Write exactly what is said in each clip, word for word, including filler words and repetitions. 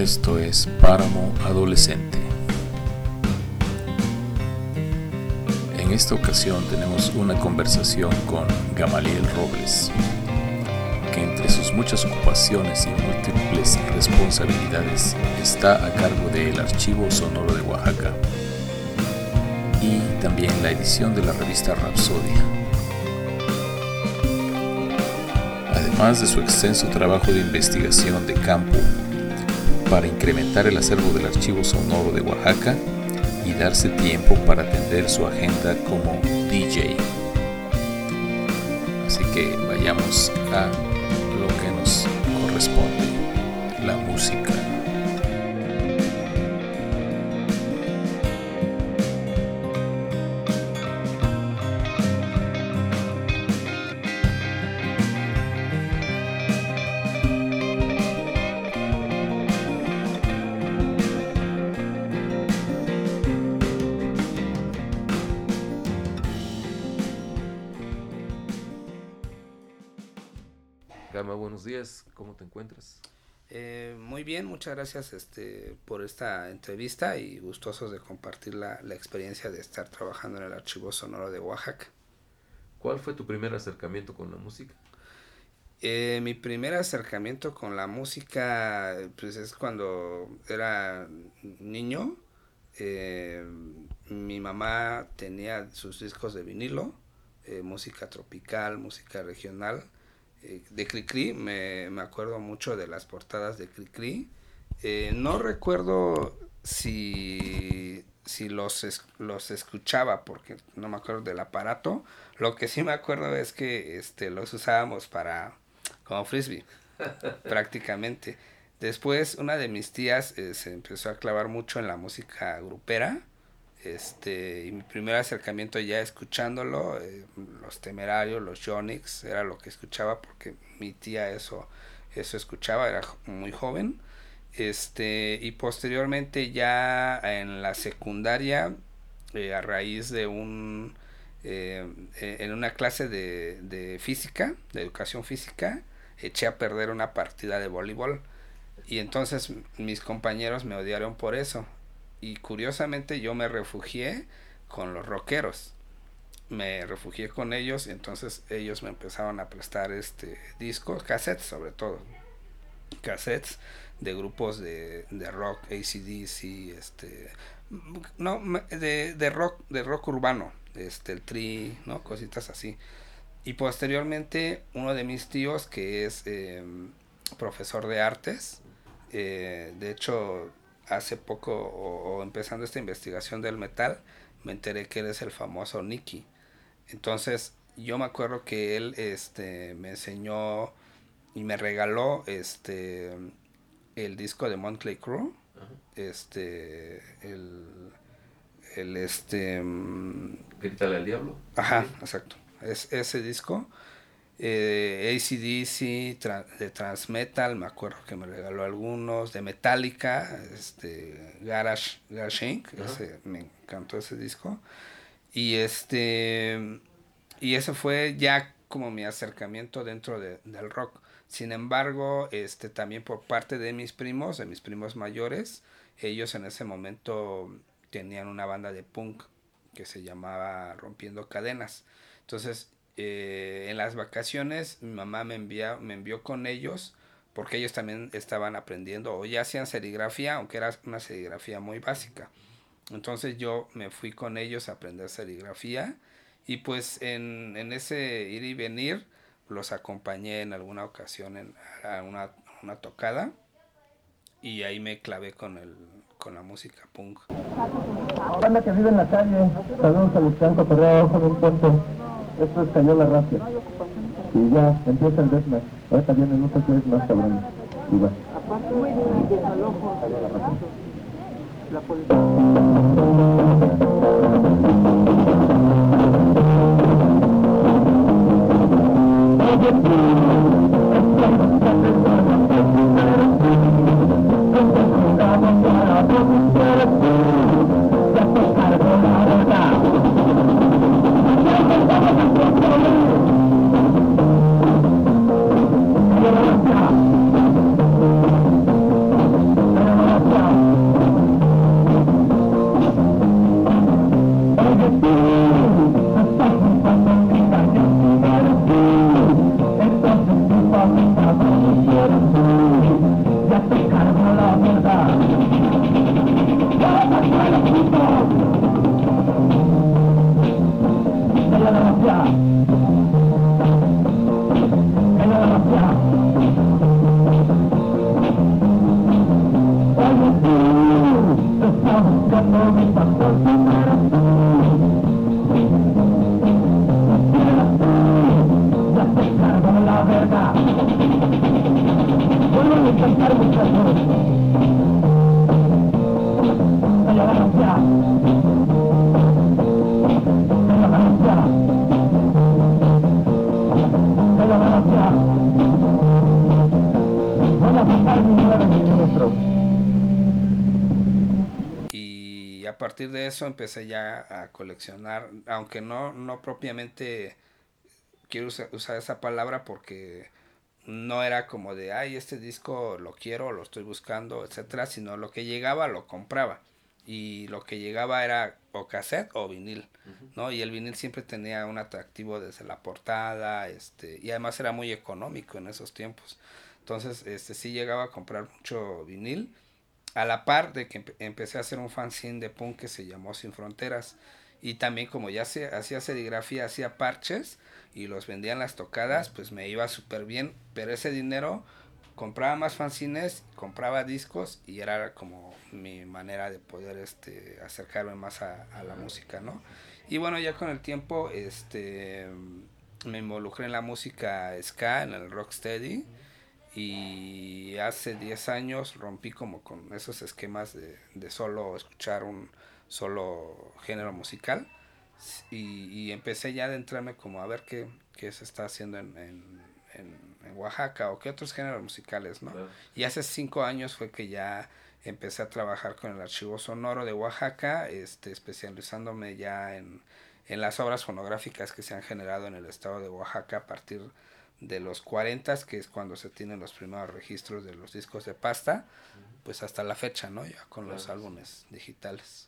Esto es Páramo Adolescente. En esta ocasión tenemos una conversación con Gamaliel Robles, que entre sus muchas ocupaciones y múltiples responsabilidades está a cargo del Archivo Sonoro de Oaxaca y también la edición de la revista Rapsodia. Además de su extenso trabajo de investigación de campo para incrementar el acervo del Archivo Sonoro de Oaxaca y darse tiempo para atender su agenda como D J. Así que vayamos a lo que nos corresponde, la música. Gama, buenos días, ¿cómo te encuentras? Eh, muy bien, muchas gracias este, por esta entrevista y gustosos de compartir la, la experiencia de estar trabajando en el Archivo Sonoro de Oaxaca. ¿Cuál fue tu primer acercamiento con la música? Eh, mi primer acercamiento con la música pues es cuando era niño. Eh, mi mamá tenía sus discos de vinilo, eh, música tropical, música regional. De Cricri, me, me acuerdo mucho de las portadas de Cricri. Eh, no recuerdo si, si los, es, los escuchaba porque no me acuerdo del aparato. Lo que sí me acuerdo es que este, los usábamos para como frisbee, prácticamente. Después una de mis tías eh, se empezó a clavar mucho en la música grupera. Este, y mi primer acercamiento ya escuchándolo, eh, los Temerarios, los Yonix, era lo que escuchaba porque mi tía eso, eso escuchaba, era muy joven. Este, y posteriormente ya en la secundaria, eh, a raíz de un, eh, en una clase de, de física, de educación física, eché a perder una partida de voleibol y entonces mis compañeros me odiaron por eso. Y curiosamente yo me refugié con los rockeros, me refugié con ellos y entonces ellos me empezaron a prestar este discos, cassettes sobre todo, cassettes de grupos de, de rock, A C D C, este, no, de, de rock, de rock urbano, este, el Tri, ¿no? Cositas así. Y posteriormente uno de mis tíos que es eh, profesor de artes, eh, de hecho hace poco o, o empezando esta investigación del metal me enteré que él es el famoso Nicky. Entonces yo me acuerdo que él este me enseñó y me regaló este el disco de Motley Crue. Uh-huh. este el el este Grítale al diablo. Ajá, sí. Exacto, es ese disco. Eh, A C D C, tra- de Transmetal, me acuerdo que me regaló algunos, de Metallica, este, Garage, Garage Incorporated, uh-huh. Ese, me encantó ese disco, y este, y ese fue ya como mi acercamiento dentro de, del rock. Sin embargo, este, también por parte de mis primos, de mis primos mayores, ellos en ese momento tenían una banda de punk que se llamaba Rompiendo Cadenas, entonces Eh, en las vacaciones mi mamá me envía, me envió con ellos porque ellos también estaban aprendiendo o ya hacían serigrafía, aunque era una serigrafía muy básica. Entonces yo me fui con ellos a aprender serigrafía y pues en, en ese ir y venir los acompañé en alguna ocasión en, a una, una tocada y ahí me clavé con el con la música punk. Banda que vive en la calle, saludos a los que han cotorreado con un puente. Esto es Cayó la Racia. Y ya, empieza el deathmatch. Ahorita vienen otros tres más cabrones. Y va. Aparte de desalojo, la policía. Y a partir de eso empecé ya a coleccionar, aunque no, no propiamente quiero usar, usar esa palabra porque no era como de, ay, este disco lo quiero, lo estoy buscando, etcétera, sino lo que llegaba lo compraba. Y lo que llegaba era o cassette o vinil, uh-huh. ¿no? Y el vinil siempre tenía un atractivo desde la portada, este, y además era muy económico en esos tiempos. Entonces, este, sí llegaba a comprar mucho vinil, a la par de que empe- empecé a hacer un fanzine de punk que se llamó Sin Fronteras. Y también como ya se, hacía serigrafía, hacía parches y los vendía en las tocadas, pues me iba súper bien. Pero ese dinero compraba más fanzines, compraba discos y era como mi manera de poder este acercarme más a, a la música, ¿no? Y bueno, ya con el tiempo este me involucré en la música ska, en el rocksteady, y hace diez años rompí como con esos esquemas de, de solo escuchar un solo género musical y, y empecé ya a adentrarme como a ver qué, qué se está haciendo en, en, en, en Oaxaca o qué otros géneros musicales, ¿no? Claro. Y hace cinco años fue que ya empecé a trabajar con el Archivo Sonoro de Oaxaca, este, especializándome ya en, en las obras fonográficas que se han generado en el estado de Oaxaca a partir de los cuarenta, que es cuando se tienen los primeros registros de los discos de pasta, pues hasta la fecha, ¿no? Ya con los álbumes digitales.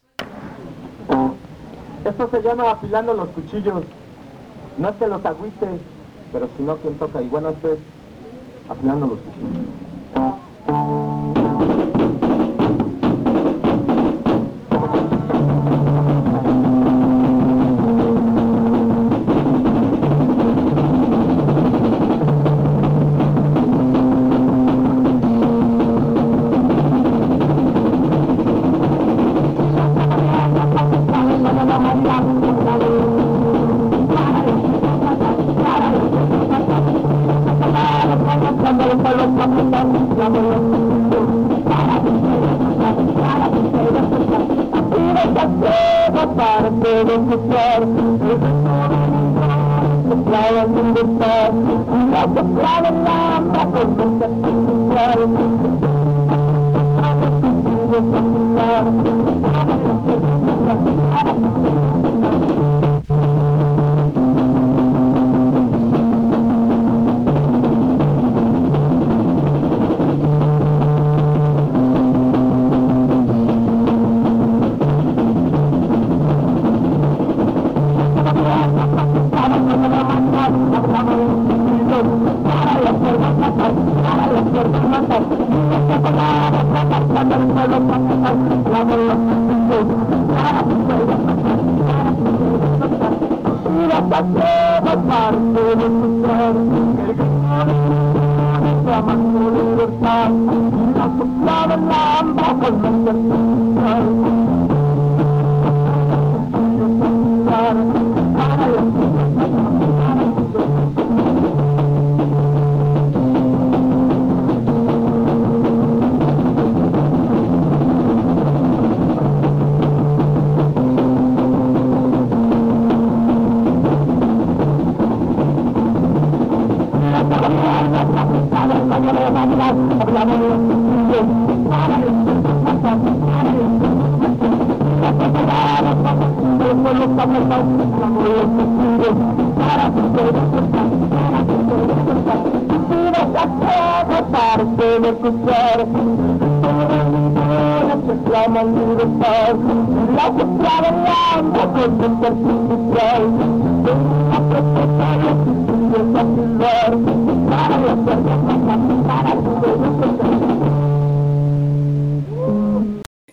Esto se llama afilando los cuchillos. No es que los agüite, pero si no, ¿quién toca? Y bueno, esto es afilando los cuchillos.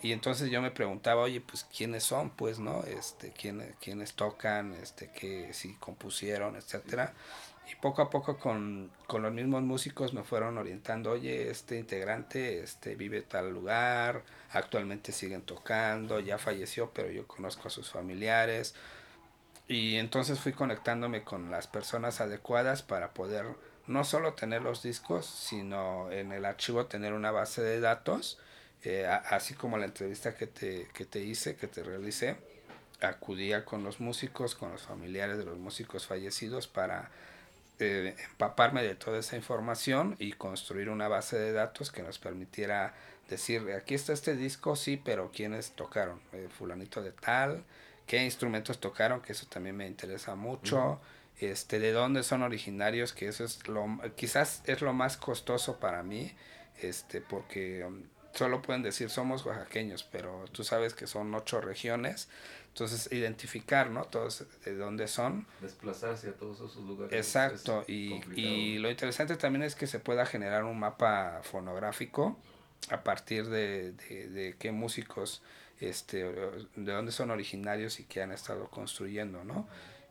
y entonces yo me preguntaba, oye, pues quiénes son, pues, ¿no? Este, quiénes, quiénes tocan, este, que si compusieron, etcétera. Y poco a poco con, con los mismos músicos me fueron orientando, oye, este integrante este, vive tal lugar, actualmente siguen tocando, ya falleció, pero yo conozco a sus familiares. Y entonces fui conectándome con las personas adecuadas para poder no solo tener los discos, sino en el archivo tener una base de datos, eh, a, así como la entrevista que te, que te hice, que te realicé, acudía con los músicos, con los familiares de los músicos fallecidos para eh, empaparme de toda esa información y construir una base de datos que nos permitiera decir, aquí está este disco, sí, pero ¿quiénes tocaron? Eh, fulanito de tal, qué instrumentos tocaron, que eso también me interesa mucho, uh-huh. este, de dónde son originarios, que eso es lo, quizás es lo más costoso para mí, este, porque um, solo pueden decir somos oaxaqueños, pero tú sabes que son ocho regiones, entonces identificar, ¿no? Todos de dónde son. Desplazarse a todos esos lugares. Exacto, y, y lo interesante también es que se pueda generar un mapa fonográfico a partir de, de, de qué músicos, este, de dónde son originarios y qué han estado construyendo, ¿no?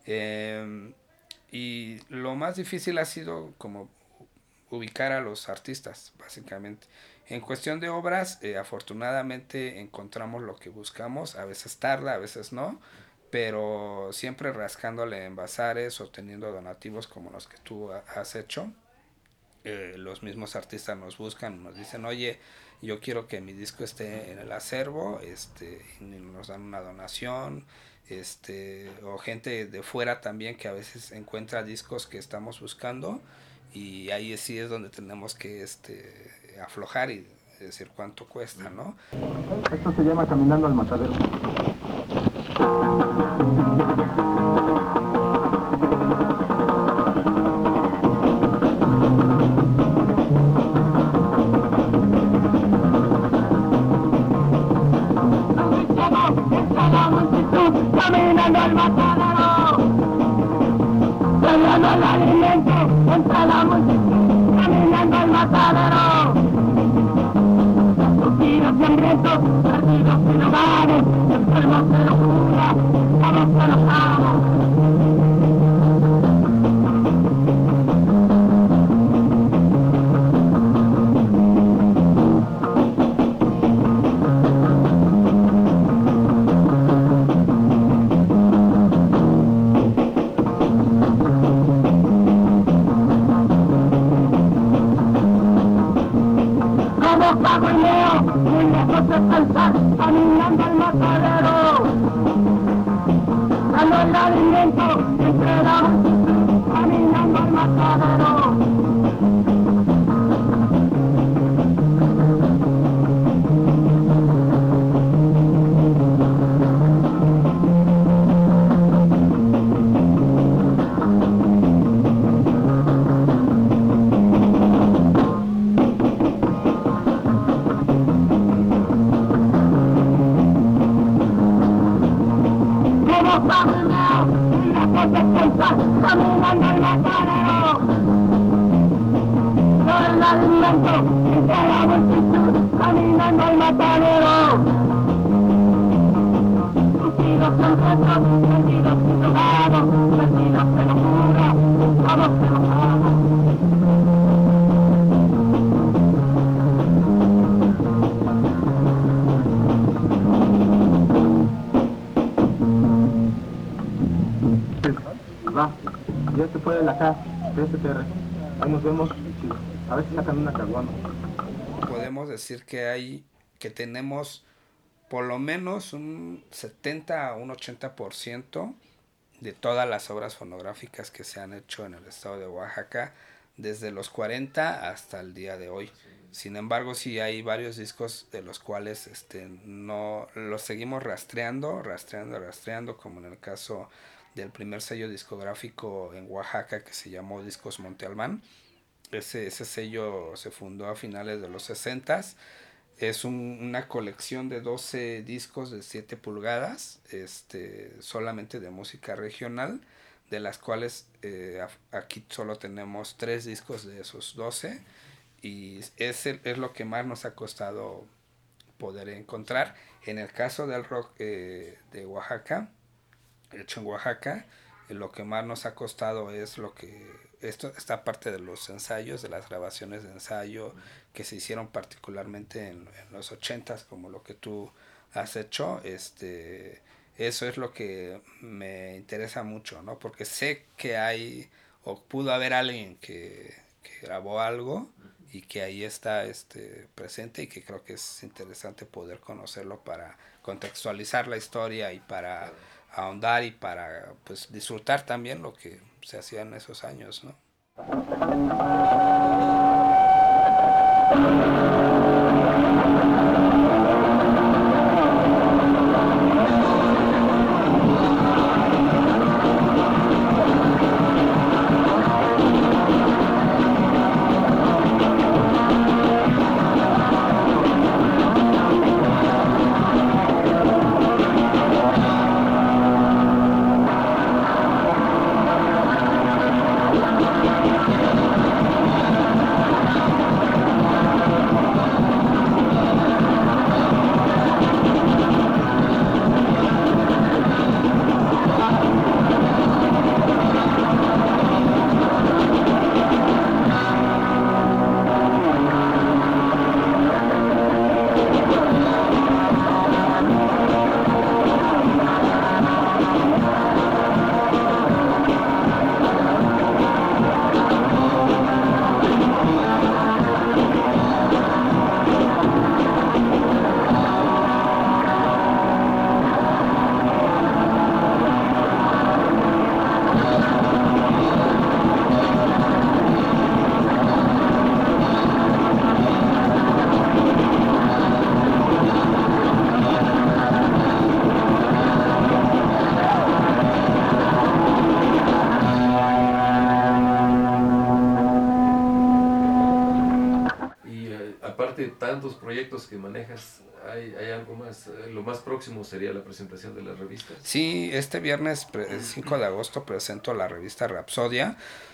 Eh, y lo más difícil ha sido como ubicar a los artistas, básicamente. En cuestión de obras, eh, afortunadamente encontramos lo que buscamos, a veces tarda, a veces no, pero siempre rascándole en bazares o teniendo donativos como los que tú has hecho. Eh, los mismos artistas nos buscan, nos dicen, oye, yo quiero que mi disco esté en el acervo, este, y nos dan una donación, este, o gente de fuera también que a veces encuentra discos que estamos buscando, y ahí sí es donde tenemos que este, aflojar y decir cuánto cuesta, ¿no? Esto se llama Caminando al Matadero. Caminando al matadero, peleando el alimento entre la multitud, caminando al matadero. Suspiros hambrientos, perdidos sin hogares, enfermos de locura, todos enojados. Caminando al matadero, dando el alimento entre la multitud, caminando al matadero. Caminando al matadero, todo el alimento entre la multitud, caminando al matadero. Suspiros hambrientos, perdidos sin hogares, perdidos de locura, todos enojados. Va, ya se fue de la casa, de este T R. Ahí nos vemos, a ver si sacan una caguama. Podemos decir que hay, que tenemos por lo menos un setenta a un ochenta por ciento de todas las obras fonográficas que se han hecho en el estado de Oaxaca desde los cuarenta hasta el día de hoy. Sin embargo, sí hay varios discos de los cuales este, no los seguimos rastreando, rastreando, rastreando, como en el caso del primer sello discográfico en Oaxaca que se llamó Discos Monte Albán. Ese, ese sello se fundó a finales de los sesentas. Es un, una colección de doce discos de siete pulgadas, este, solamente de música regional, de las cuales eh, aquí solo tenemos tres discos de esos doce, y es, el, es lo que más nos ha costado poder encontrar. En el caso del rock eh, de Oaxaca, hecho en Oaxaca, eh, lo que más nos ha costado es lo que esto esta parte de los ensayos, de las grabaciones de ensayo que se hicieron particularmente en, en los ochentas, como lo que tú has hecho. Este eso es lo que me interesa mucho, ¿no? Porque sé que hay o pudo haber alguien que, que grabó algo y que ahí está este presente, y que creo que es interesante poder conocerlo para contextualizar la historia y para ahondar y para pues disfrutar también lo que se hacía en esos años, ¿no? Tantos proyectos que manejas, ¿hay, hay algo más? Lo más próximo sería la presentación de las revistas. Sí, este viernes cinco de agosto presento la revista Rapsodia,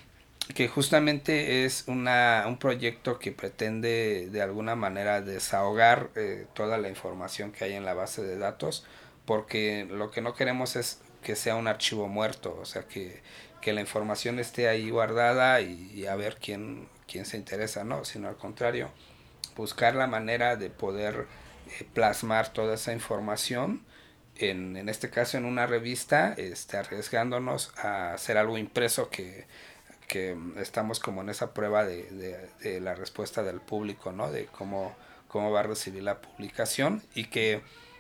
que justamente es una, un proyecto que pretende de alguna manera desahogar eh, toda la información que hay en la base de datos, porque lo que no queremos es que sea un archivo muerto, o sea, que, que la información esté ahí guardada y, y a ver quién, quién se interesa, ¿no? Sino al contrario, buscar la manera de poder eh, plasmar toda esa información, en, en este caso en una revista, este, arriesgándonos a hacer algo impreso, que, que estamos como en esa prueba de, de, de la respuesta del público, ¿no? De cómo, cómo va a recibir la publicación, y que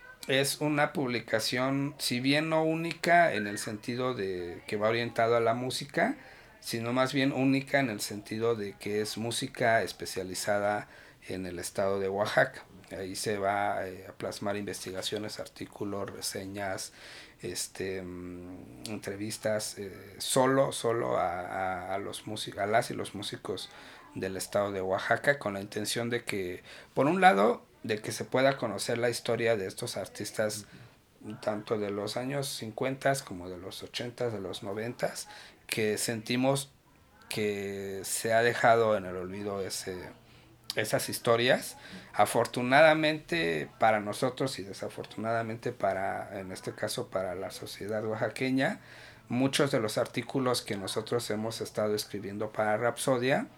es una publicación, si bien no única en el sentido de que va orientado a la música, sino más bien única en el sentido de que es música especializada en el estado de Oaxaca. Ahí se va eh, a plasmar investigaciones, artículos, reseñas, este, mmm, entrevistas, eh, solo, solo a, a, a, los músicos, a las y los músicos del estado de Oaxaca, con la intención de que, por un lado, de que se pueda conocer la historia de estos artistas, tanto de los años cincuenta como de los ochenta, de los noventa, que sentimos que se ha dejado en el olvido ese esas historias. Afortunadamente para nosotros y desafortunadamente para, en este caso, para la sociedad oaxaqueña, muchos de los artículos que nosotros hemos estado escribiendo para Rapsodia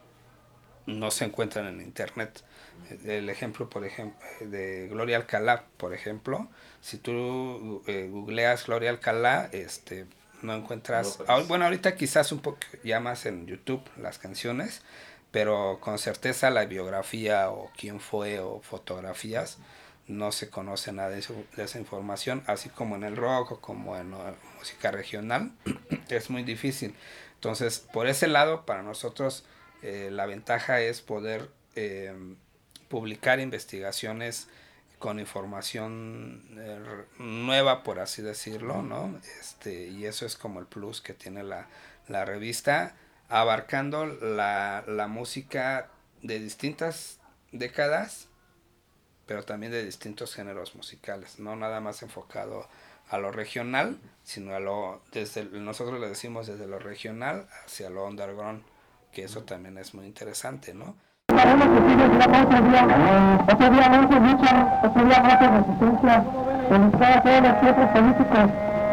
no se encuentran en internet. El ejemplo, por ejemplo, de Gloria Alcalá, por ejemplo, si tú eh, googleas Gloria Alcalá, este, no encuentras, no, bueno, ahorita quizás un poco ya más en YouTube las canciones, pero con certeza la biografía o quién fue o fotografías no se conoce nada de, eso, de esa información, así como en el rock o como en uh, música regional es muy difícil. Entonces, por ese lado, para nosotros eh, la ventaja es poder eh, publicar investigaciones con información eh, nueva, por así decirlo, ¿no? Este, y eso es como el plus que tiene la, la revista, abarcando la, la música de distintas décadas, pero también de distintos géneros musicales, no nada más enfocado a lo regional, sino a lo, desde, nosotros le decimos desde lo regional hacia lo underground, que eso también es muy interesante, ¿no? Sabemos que sigue programa otro día, otro día no se lucha, otro día no se resistencia, felicitar a todos los presos políticos.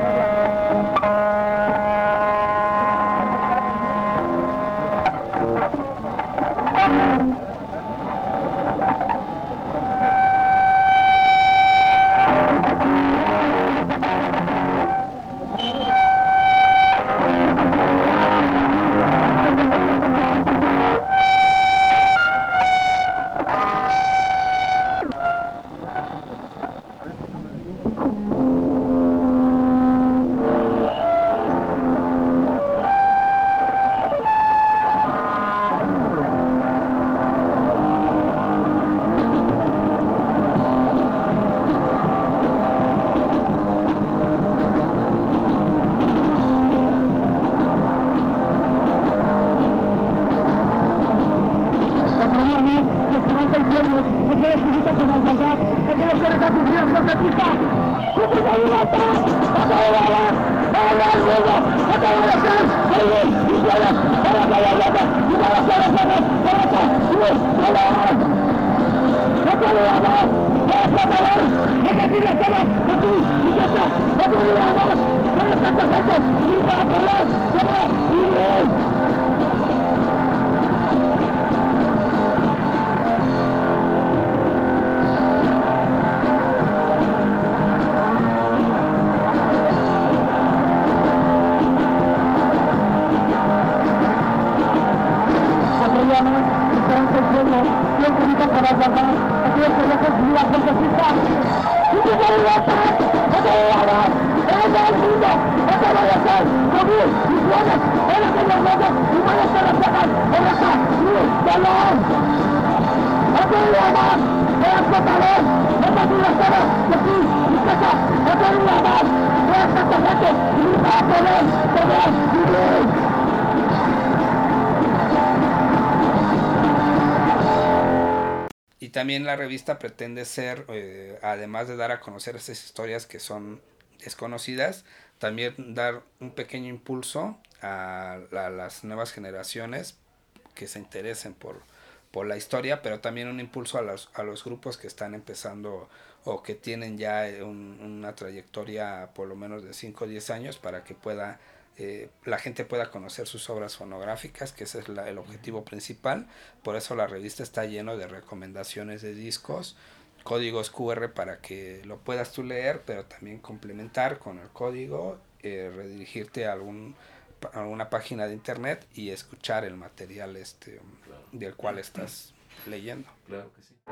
Y también la revista pretende ser, eh, además de dar a conocer estas historias que son desconocidas, también dar un pequeño impulso a, a las nuevas generaciones que se interesen por, por la historia, pero también un impulso a los, a los grupos que están empezando o que tienen ya un, una trayectoria por lo menos de cinco o diez años para que pueda eh, la gente pueda conocer sus obras fonográficas, que ese es la, el objetivo principal. Por eso la revista está lleno de recomendaciones de discos, códigos cu erre para que lo puedas tú leer, pero también complementar con el código, eh, redirigirte a algún a alguna página de internet y escuchar el material este claro. del cual estás leyendo. Claro que sí.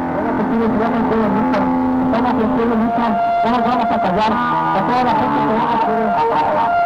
Estamos en pie de lucha, no nos vamos a callar, a toda la gente que vamos a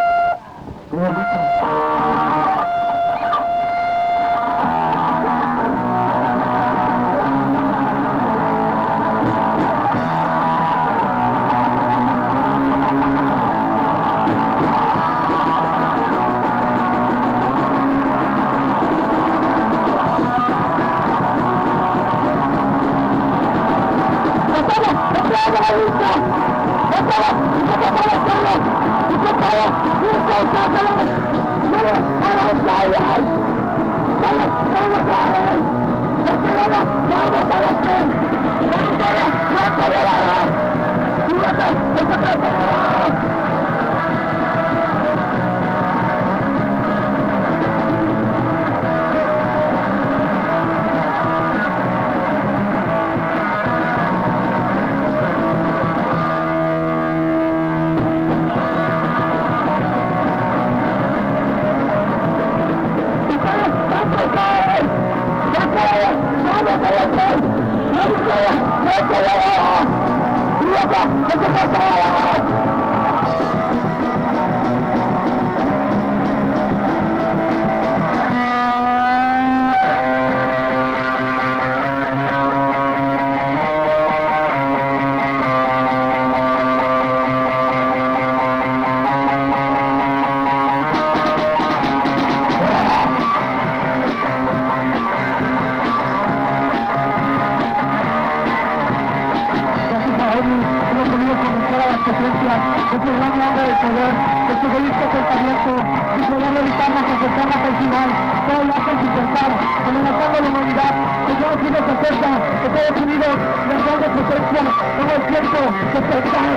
¡Vamos! el gran nombre del poder, de su egoísta pensamiento, y poder evitarnos acercarnos al final, todo lo hacen sin pensar, amenazando la humanidad, que Estados Unidos se acerca, Estados Unidos, la gran potencia, todo el tiempo, despertar.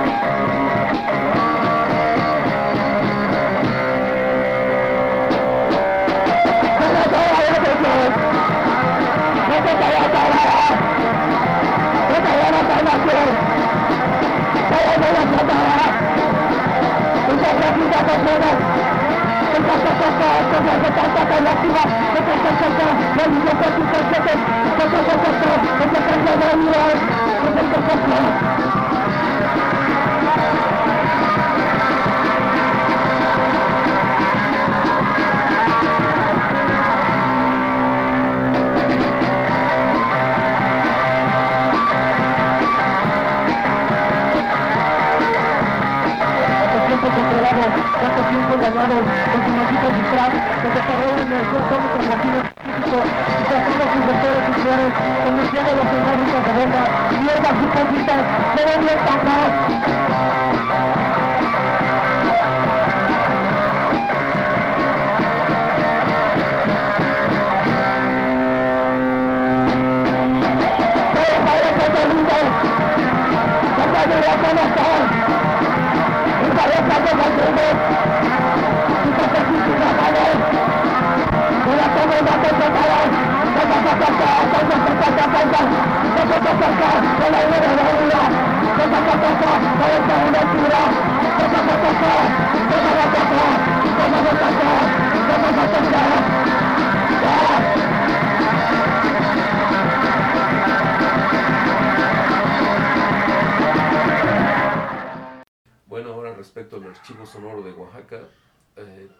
Bueno, ahora respecto al Archivo Sonoro de Oaxaca, eh,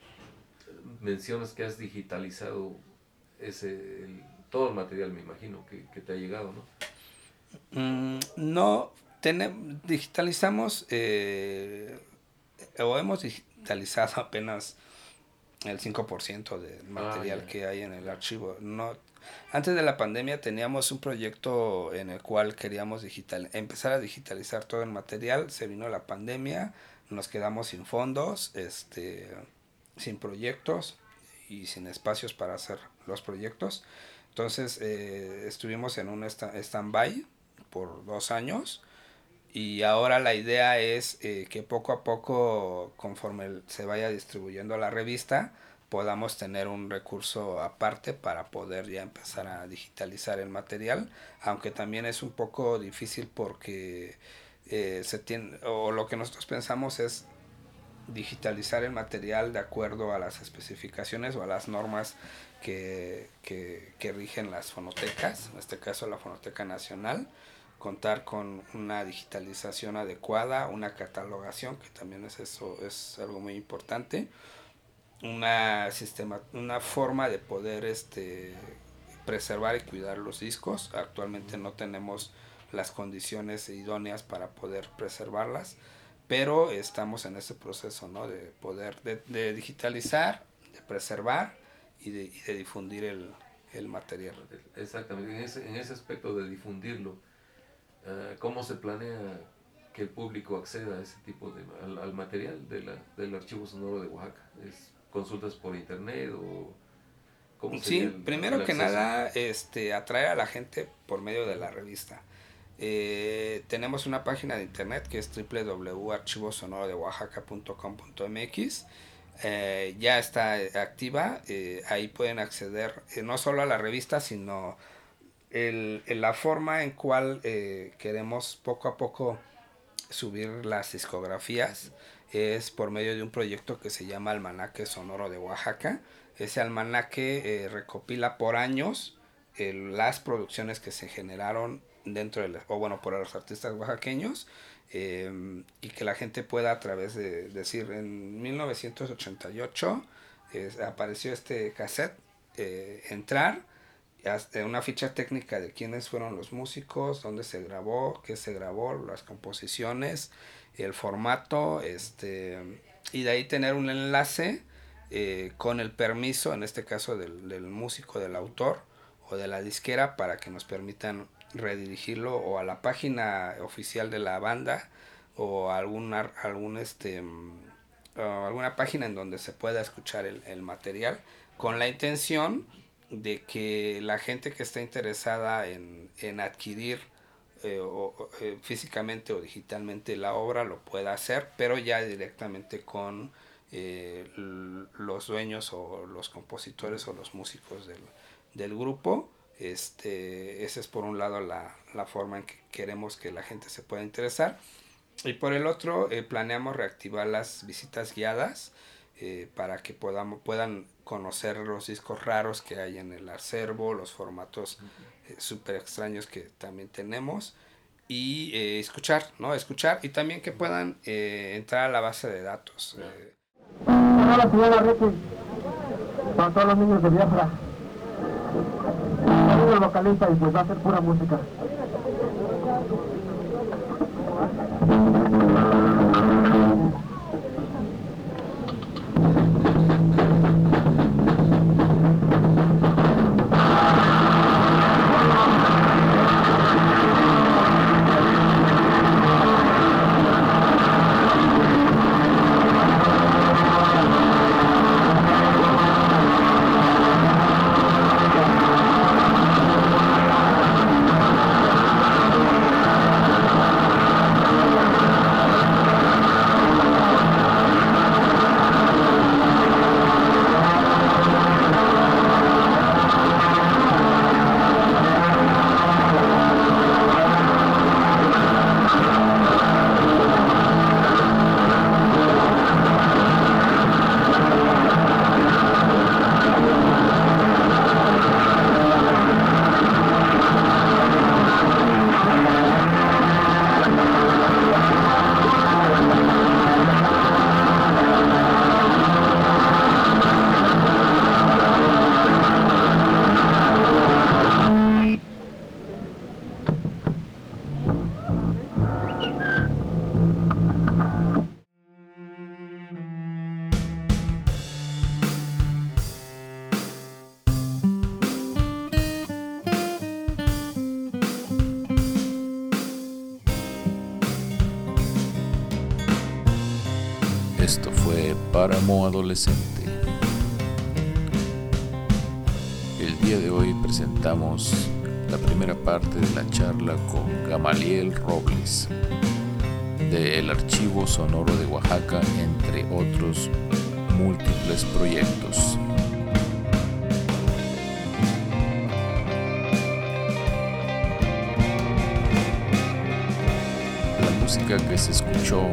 mencionas que has digitalizado ese, el, todo el material, me imagino, que, que te ha llegado, ¿no? Mm, no, tene, digitalizamos eh, o hemos digitalizado apenas el cinco por ciento del material ah, que hay en el archivo. No, antes de la pandemia teníamos un proyecto en el cual queríamos digital, empezar a digitalizar todo el material. Se vino la pandemia, nos quedamos sin fondos, este, sin proyectos y sin espacios para hacer los proyectos. Entonces eh, estuvimos en un stand-by por dos años y ahora la idea es eh, que poco a poco, conforme se vaya distribuyendo la revista, podamos tener un recurso aparte para poder ya empezar a digitalizar el material, aunque también es un poco difícil porque eh, se tiene, o lo que nosotros pensamos es digitalizar el material de acuerdo a las especificaciones o a las normas que, que, que rigen las fonotecas, en este caso la Fonoteca Nacional, contar con una digitalización adecuada, una catalogación, que también es eso, es algo muy importante, una sistema, una forma de poder este preservar y cuidar los discos. Actualmente no tenemos las condiciones idóneas para poder preservarlas, pero estamos en ese proceso, ¿no? De poder de, de digitalizar, de preservar y de, y de difundir el, el material. Exactamente, en ese, en ese aspecto de difundirlo, uh, ¿cómo se planea que el público acceda a ese tipo de al, al material de la, del Archivo Sonoro de Oaxaca? ¿Es consultas por internet o cómo sería? Sí, el, primero el que nada, este, atraer a la gente por medio de la revista. Eh, tenemos una página de internet que es doble u doble u doble u punto archivo sonoro de oaxaca punto com punto m x. Eh, ya está activa, eh, ahí pueden acceder eh, no solo a la revista, sino el, el, la forma en cual eh, queremos poco a poco subir las discografías es por medio de un proyecto que se llama Almanaque Sonoro de Oaxaca. Ese almanaque eh, recopila por años eh, las producciones que se generaron dentro de la, o bueno, por los artistas oaxaqueños, eh, y que la gente pueda a través de decir, en mil novecientos ochenta y ocho eh, apareció este cassette, eh, entrar, una ficha técnica de quiénes fueron los músicos, dónde se grabó, qué se grabó, las composiciones, el formato, este, y de ahí tener un enlace eh, con el permiso, en este caso del, del músico, del autor o de la disquera, para que nos permitan redirigirlo o a la página oficial de la banda o alguna, algún este, uh, alguna página en donde se pueda escuchar el, el material, con la intención de que la gente que esté interesada en, en adquirir eh, o, eh, físicamente o digitalmente la obra lo pueda hacer, pero ya directamente con eh, los dueños o los compositores o los músicos del, del grupo. Este, esa es por un lado la, la forma en que queremos que la gente se pueda interesar, y por el otro eh, planeamos reactivar las visitas guiadas eh, para que podamos, puedan conocer los discos raros que hay en el acervo, los formatos eh, súper extraños que también tenemos, y eh, escuchar, ¿no? Escuchar, y también que puedan eh, entrar a la base de datos. Eh. Hola, señora Ricky, para todos los niños de Biafra. Saludos vocalista y pues va a ser pura música. Esto fue Páramo Adolescente. El día de hoy presentamos la primera parte de la charla con Gamaliel Robles, del Archivo Sonoro de Oaxaca, entre otros múltiples proyectos. La música que se escuchó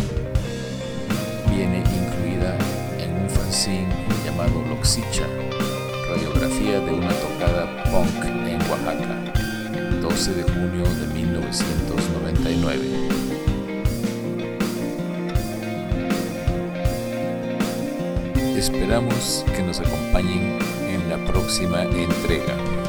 viene incluida en un fanzine llamado Loxicha, radiografía de una tocada punk en Oaxaca, doce de junio de mil novecientos noventa y nueve. Esperamos que nos acompañen en la próxima entrega.